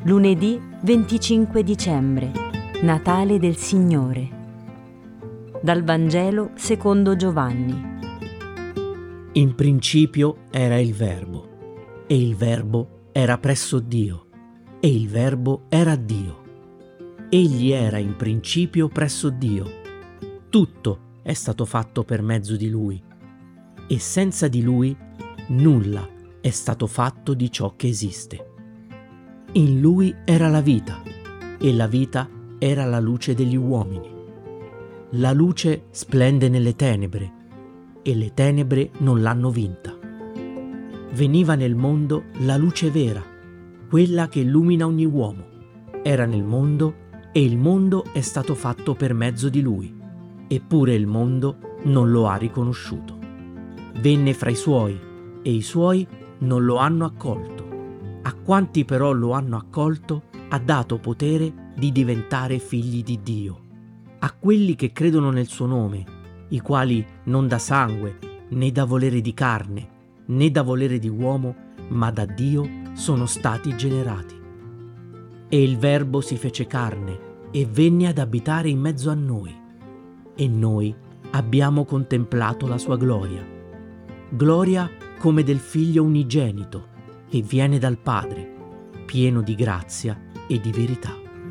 Lunedì 25 dicembre, Natale del Signore. Dal Vangelo secondo Giovanni. In principio era il Verbo, e il Verbo era presso Dio, e il Verbo era Dio. Egli era in principio presso Dio. Tutto è stato fatto per mezzo di Lui, e senza di Lui nulla è stato fatto di ciò che esiste. In Lui era la vita, e la vita era la luce degli uomini. La luce splende nelle tenebre, e le tenebre non l'hanno vinta. Veniva nel mondo la luce vera, quella che illumina ogni uomo. Era nel mondo, e il mondo è stato fatto per mezzo di Lui, eppure il mondo non lo ha riconosciuto. Venne fra i Suoi, e i Suoi non lo hanno accolto. A quanti però lo hanno accolto, ha dato potere di diventare figli di Dio. A quelli che credono nel suo nome, i quali non da sangue, né da volere di carne, né da volere di uomo, ma da Dio sono stati generati. E il Verbo si fece carne e venne ad abitare in mezzo a noi. E noi abbiamo contemplato la sua gloria. Gloria come del Figlio unigenito, che viene dal Padre, pieno di grazia e di verità.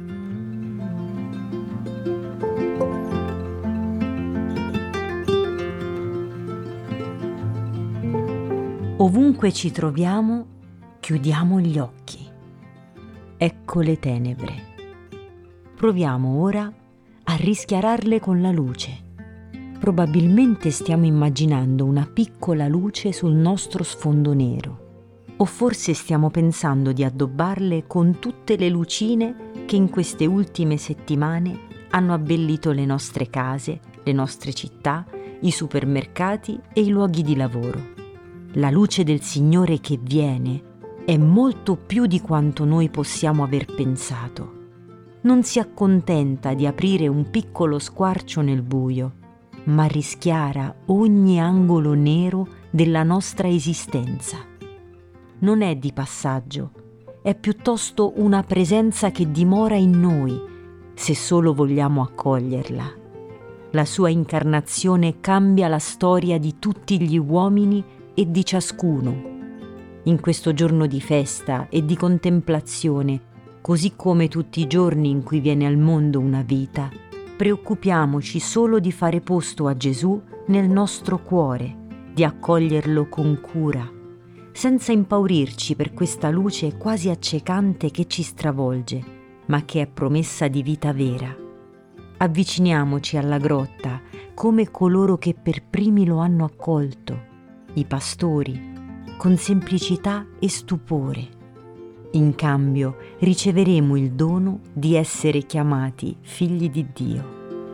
Ovunque ci troviamo, chiudiamo gli occhi. Ecco le tenebre. Proviamo ora a rischiararle con la luce. Probabilmente stiamo immaginando una piccola luce sul nostro sfondo nero. O forse stiamo pensando di addobbarle con tutte le lucine che in queste ultime settimane hanno abbellito le nostre case, le nostre città, i supermercati e i luoghi di lavoro. La luce del Signore che viene è molto più di quanto noi possiamo aver pensato. Non si accontenta di aprire un piccolo squarcio nel buio, ma rischiara ogni angolo nero della nostra esistenza. Non è di passaggio, è piuttosto una presenza che dimora in noi, se solo vogliamo accoglierla. La sua incarnazione cambia la storia di tutti gli uomini e di ciascuno. In questo giorno di festa e di contemplazione, così come tutti i giorni in cui viene al mondo una vita, preoccupiamoci solo di fare posto a Gesù nel nostro cuore, di accoglierlo con cura, senza impaurirci per questa luce quasi accecante che ci stravolge, ma che è promessa di vita vera. Avviciniamoci alla grotta come coloro che per primi lo hanno accolto, i pastori, con semplicità e stupore. In cambio riceveremo il dono di essere chiamati figli di Dio.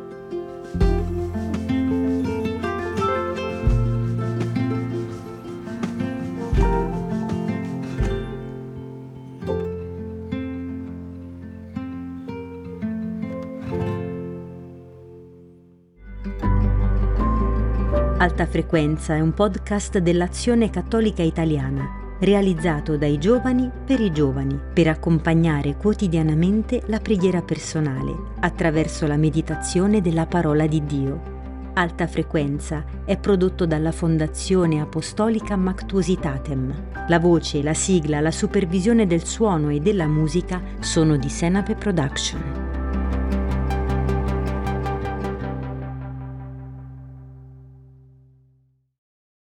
Alta Frequenza è un podcast dell'Azione Cattolica Italiana, realizzato dai giovani, per accompagnare quotidianamente la preghiera personale, attraverso la meditazione della parola di Dio. Alta Frequenza è prodotto dalla Fondazione Apostolica Mactuositatem. La voce, la sigla, la supervisione del suono e della musica sono di Senape Production.